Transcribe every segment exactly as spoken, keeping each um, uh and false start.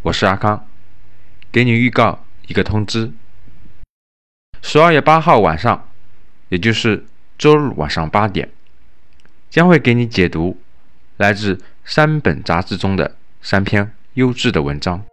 我是阿康，给你预告一个通知。十二月八号晚上，也就是周日晚上八点，将会给你解读来自三本杂志中的三篇优质的文章。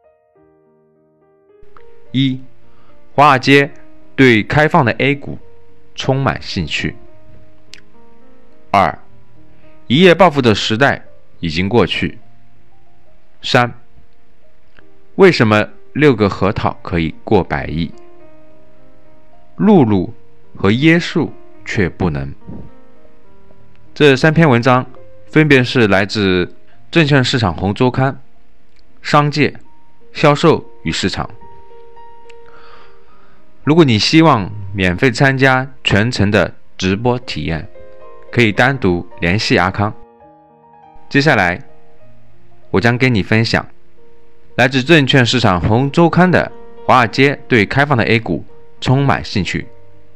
一、华尔街对开放的 A 股充满兴趣。二、一夜暴富的时代已经过去。三、为什么六个核桃可以过百亿，露露和椰树却不能？这三篇文章分别是来自证券市场红周刊、商界、销售与市场。如果你希望免费参加全程的直播体验，可以单独联系阿康。接下来我将跟你分享来自证券市场红周刊的华尔街对开放的 A 股充满兴趣。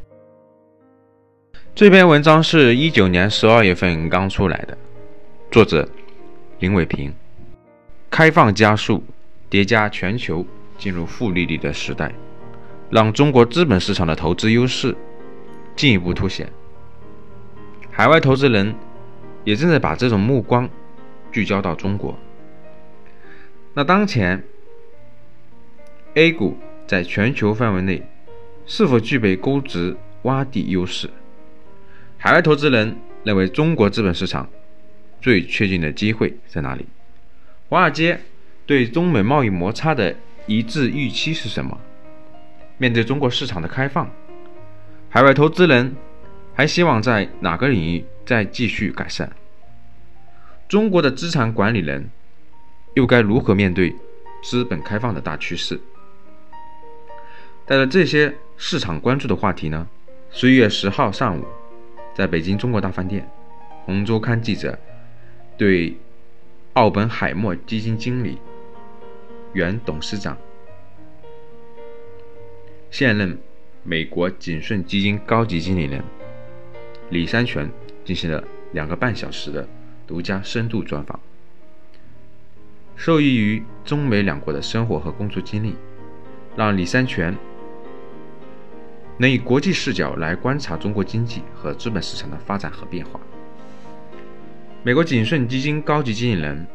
这篇文章是一九年十二月份刚出来的，作者林伟平。开放加速叠加全球进入负利率的时代，让中国资本市场的投资优势进一步凸显。海外投资人也正在把这种目光聚焦到中国。那当前 A 股在全球范围内是否具备估值洼地优势？海外投资人认为中国资本市场最确定的机会在哪里？华尔街对中美贸易摩擦的一致预期是什么？面对中国市场的开放，海外投资人还希望在哪个领域再继续改善？中国的资产管理人又该如何面对资本开放的大趋势？带着这些市场关注的话题呢，十一月十号上午，在北京中国大饭店，红周刊记者对奥本海默基金经理、原董事长、现任美国景顺基金高级经理人李山泉进行了两个半小时的独家深度专访。受益于中美两国的生活和工作经历，让李山泉能以国际视角来观察中国经济和资本市场的发展和变化。美国景顺基金高级经理人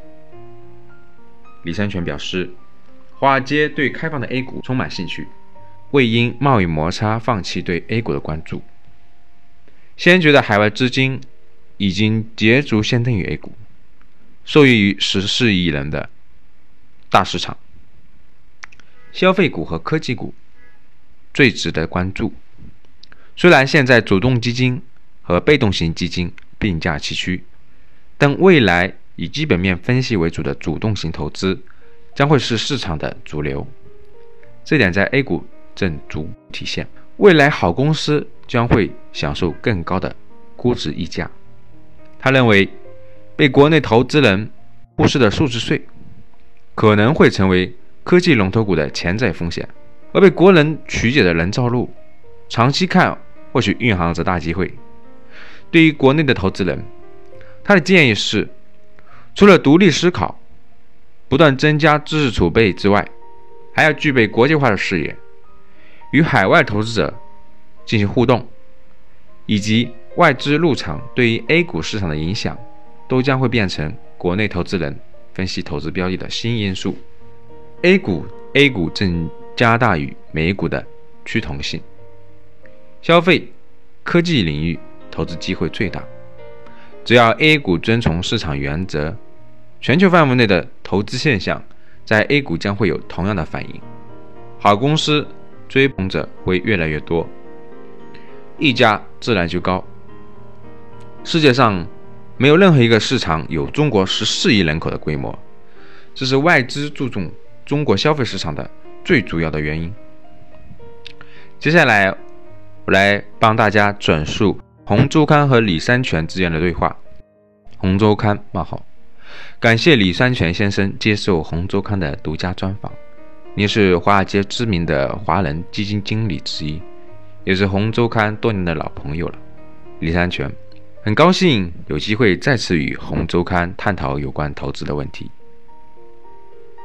李山泉表示，华尔街对开放的 A 股充满兴趣，未因贸易摩擦放弃对 A 股的关注。先觉得海外资金已经捷足先登于 A 股，受益于十四亿人的大市场，消费股和科技股最值得关注。虽然现在主动基金和被动型基金并驾齐驱，但未来以基本面分析为主的主动型投资将会是市场的主流，这点在 A 股正逐体现。未来好公司将会享受更高的估值溢价。他认为被国内投资人忽视的数字税可能会成为科技龙头股的潜在风险，而被国人曲解的人造陆长期看或许蕴含着大机会。对于国内的投资人，他的建议是，除了独立思考、不断增加知识储备之外，还要具备国际化的视野，与海外投资者进行互动，以及外资入场对于 A 股市场的影响，都将会变成国内投资人分析投资标的的新因素。A 股 A 股正加大与美股的趋同性，消费、科技领域投资机会最大。只要 A 股遵从市场原则，全球范围内的投资现象在 A 股将会有同样的反应，好公司追捧者会越来越多，溢价自然就高。世界上没有任何一个市场有中国十四亿人口的规模，这是外资注重中国消费市场的最主要的原因。接下来我来帮大家转述红周刊和李山泉之间的对话。红周刊冒号感谢李山泉先生接受红周刊的独家专访，您是华尔街知名的华人基金经理之一，也是红周刊多年的老朋友了。李山泉，很高兴有机会再次与红周刊探讨有关投资的问题。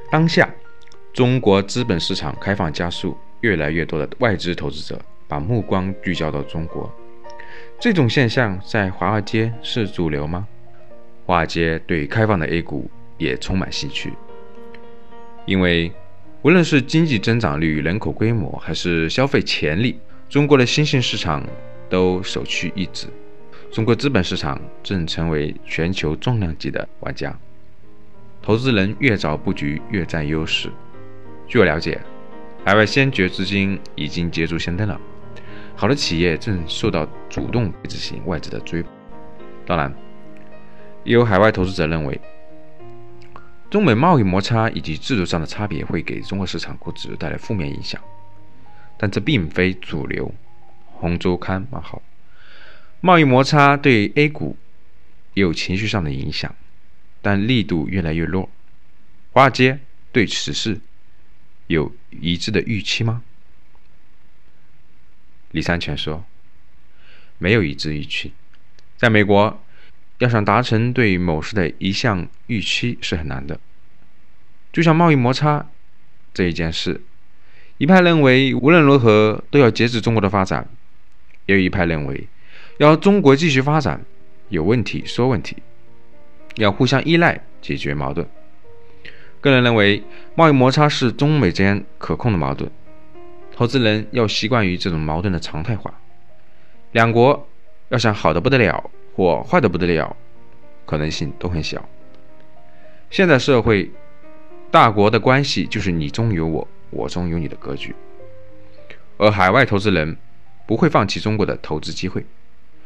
当下中国资本市场开放加速，越来越多的外资投资者把目光聚焦到中国。这种现象在华尔街是主流吗？华尔街对开放的 A 股也充满兴趣，因为无论是经济增长率、人口规模还是消费潜力，中国的新兴市场都首屈一指。中国资本市场正成为全球重量级的玩家，投资人越早布局越占优势。据我了解，海外先决资金已经捷足先登了，好的企业正受到主动配置型外资的追捧。当然，也有海外投资者认为，中美贸易摩擦以及制度上的差别会给中国市场估值带来负面影响，但这并非主流。红周刊冒号，贸易摩擦对 A 股也有情绪上的影响，但力度越来越弱。华尔街对此事有一致的预期吗？李三全说，没有一致预期。在美国，要想达成对某事的一项预期是很难的。就像贸易摩擦这一件事，一派认为无论如何都要节制中国的发展，也有一派认为要中国继续发展，有问题说问题，要互相依赖解决矛盾。个人认为贸易摩擦是中美之间可控的矛盾，投资人要习惯于这种矛盾的常态化。两国要想好的不得了或坏的不得了，可能性都很小。现在社会大国的关系就是你中有我，我中有你的格局，而海外投资人不会放弃中国的投资机会，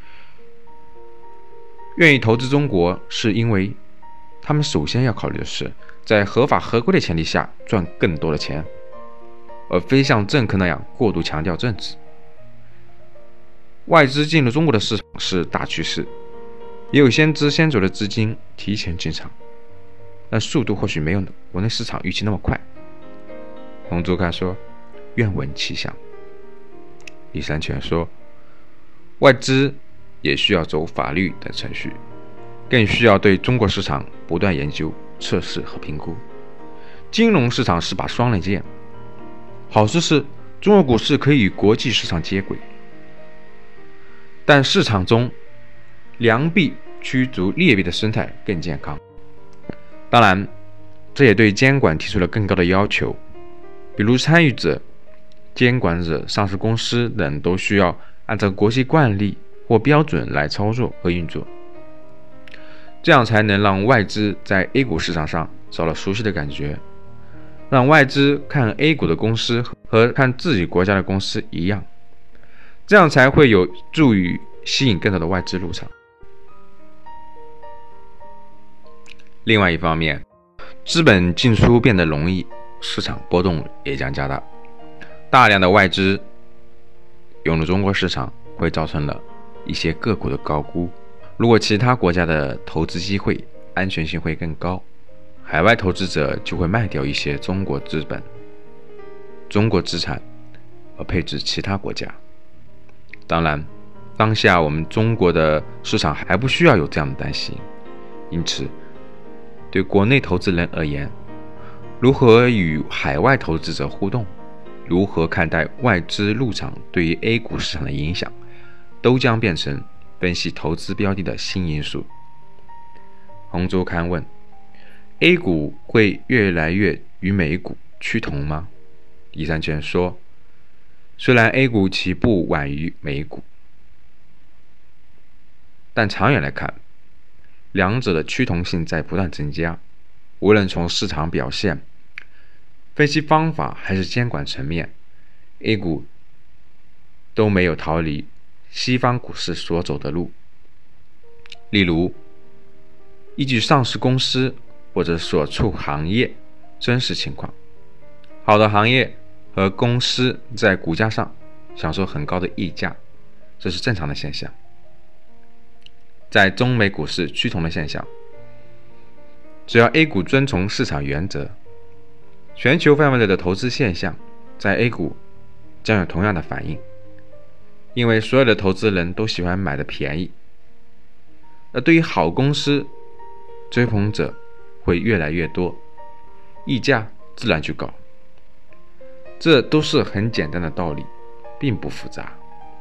愿意投资中国是因为他们首先要考虑的是在合法合规的前提下赚更多的钱，而非像政客那样过度强调政治。外资进入中国的市场是大趋势，也有先知先走的资金提前进场，但速度或许没有国内市场预期那么快。红周刊说，愿闻其详。李三全说，外资也需要走法律的程序，更需要对中国市场不断研究、测试和评估。金融市场是把双刃剑，好处是中国股市可以与国际市场接轨，但市场中良币驱逐劣币的生态更健康。当然，这也对监管提出了更高的要求，比如参与者、监管者、上市公司等都需要按照国际惯例或标准来操作和运作，这样才能让外资在 A 股市场上找到熟悉的感觉，让外资看 A 股的公司和看自己国家的公司一样，这样才会有助于吸引更多的外资入场。另外一方面，资本进出变得容易，市场波动也将加大。大量的外资涌入中国市场，会造成了一些个股的高估。如果其他国家的投资机会安全性会更高，海外投资者就会卖掉一些中国资本、中国资产，而配置其他国家。当然，当下我们中国的市场还不需要有这样的担心，因此，对国内投资人而言，如何与海外投资者互动，如何看待外资入场对于 A 股市场的影响，都将变成分析投资标的的新因素。红周刊问 ：A 股会越来越与美股趋同吗？李三全说，虽然 A 股起步晚于美股，但长远来看，两者的趋同性在不断增加。无论从市场表现、分析方法还是监管层面， A 股都没有逃离西方股市所走的路。例如，依据上市公司或者所处行业真实情况，好的行业和公司在股价上享受很高的溢价，这是正常的现象。在中美股市趋同的现象，只要 A 股遵从市场原则，全球范围内的投资现象在 A 股将有同样的反应，因为所有的投资人都喜欢买的便宜。而对于好公司，追捧者会越来越多，溢价自然去搞。这都是很简单的道理，并不复杂。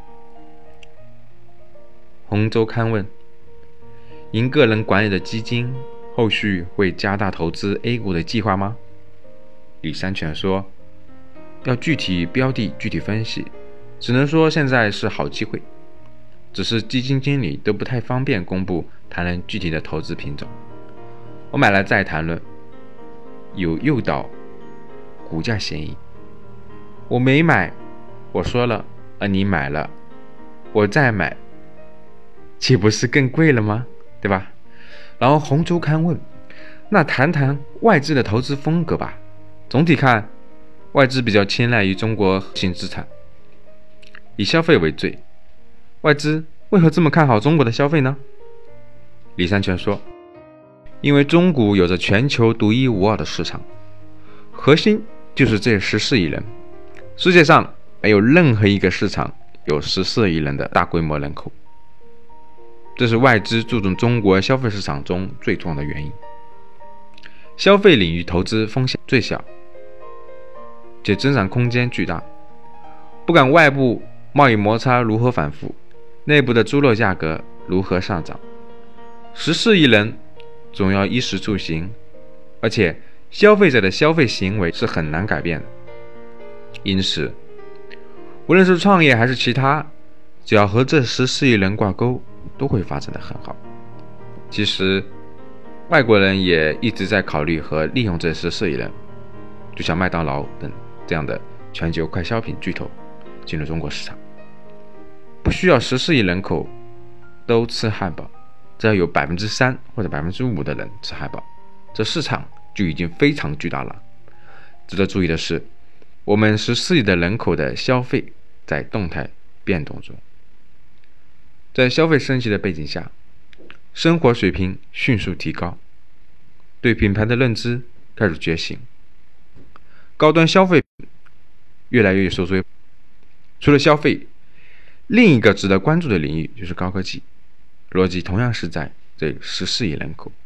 洪周刊问：您个人管理的基金后续会加大投资 A 股的计划吗？李三全说：要具体标的具体分析，只能说现在是好机会，只是基金经理都不太方便公布谈论具体的投资品种。我买了再谈论，有诱导股价嫌疑。我没买，我说了，而你买了，我再买，岂不是更贵了吗？对吧？然后洪周刊问：那谈谈外资的投资风格吧。总体看，外资比较青睐于中国核心资产，以消费为最。外资为何这么看好中国的消费呢？李三全说：因为中股有着全球独一无二的市场，核心就是这十四亿人。世界上没有任何一个市场有十四亿人的大规模人口，这是外资注重中国消费市场中最重要的原因。消费领域投资风险最小，且增长空间巨大。不管外部贸易摩擦如何反复，内部的猪肉价格如何上涨，十四亿人总要衣食住行，而且消费者的消费行为是很难改变的。因此，无论是创业还是其他，只要和这十四亿人挂钩，都会发展得很好。其实，外国人也一直在考虑和利用这十四亿人，就像麦当劳等这样的全球快消品巨头进入中国市场。不需要十四亿人口都吃汉堡，只要有百分之三或者百分之五的人吃汉堡，这市场就已经非常巨大了。值得注意的是，我们十四亿的人口的消费在动态变动中，在消费升级的背景下，生活水平迅速提高，对品牌的认知开始觉醒，高端消费越来越受追。除了消费，另一个值得关注的领域就是高科技，逻辑同样是在这十四亿人口。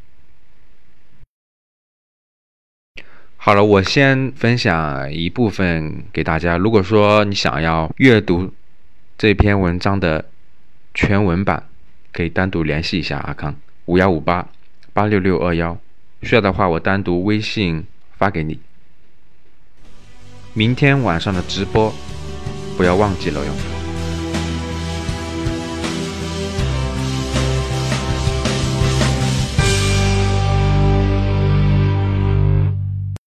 好了，我先分享一部分给大家。如果说你想要阅读这篇文章的全文版，可以单独联系一下阿康五一五八八六六二一，需要的话我单独微信发给你。明天晚上的直播不要忘记了哟。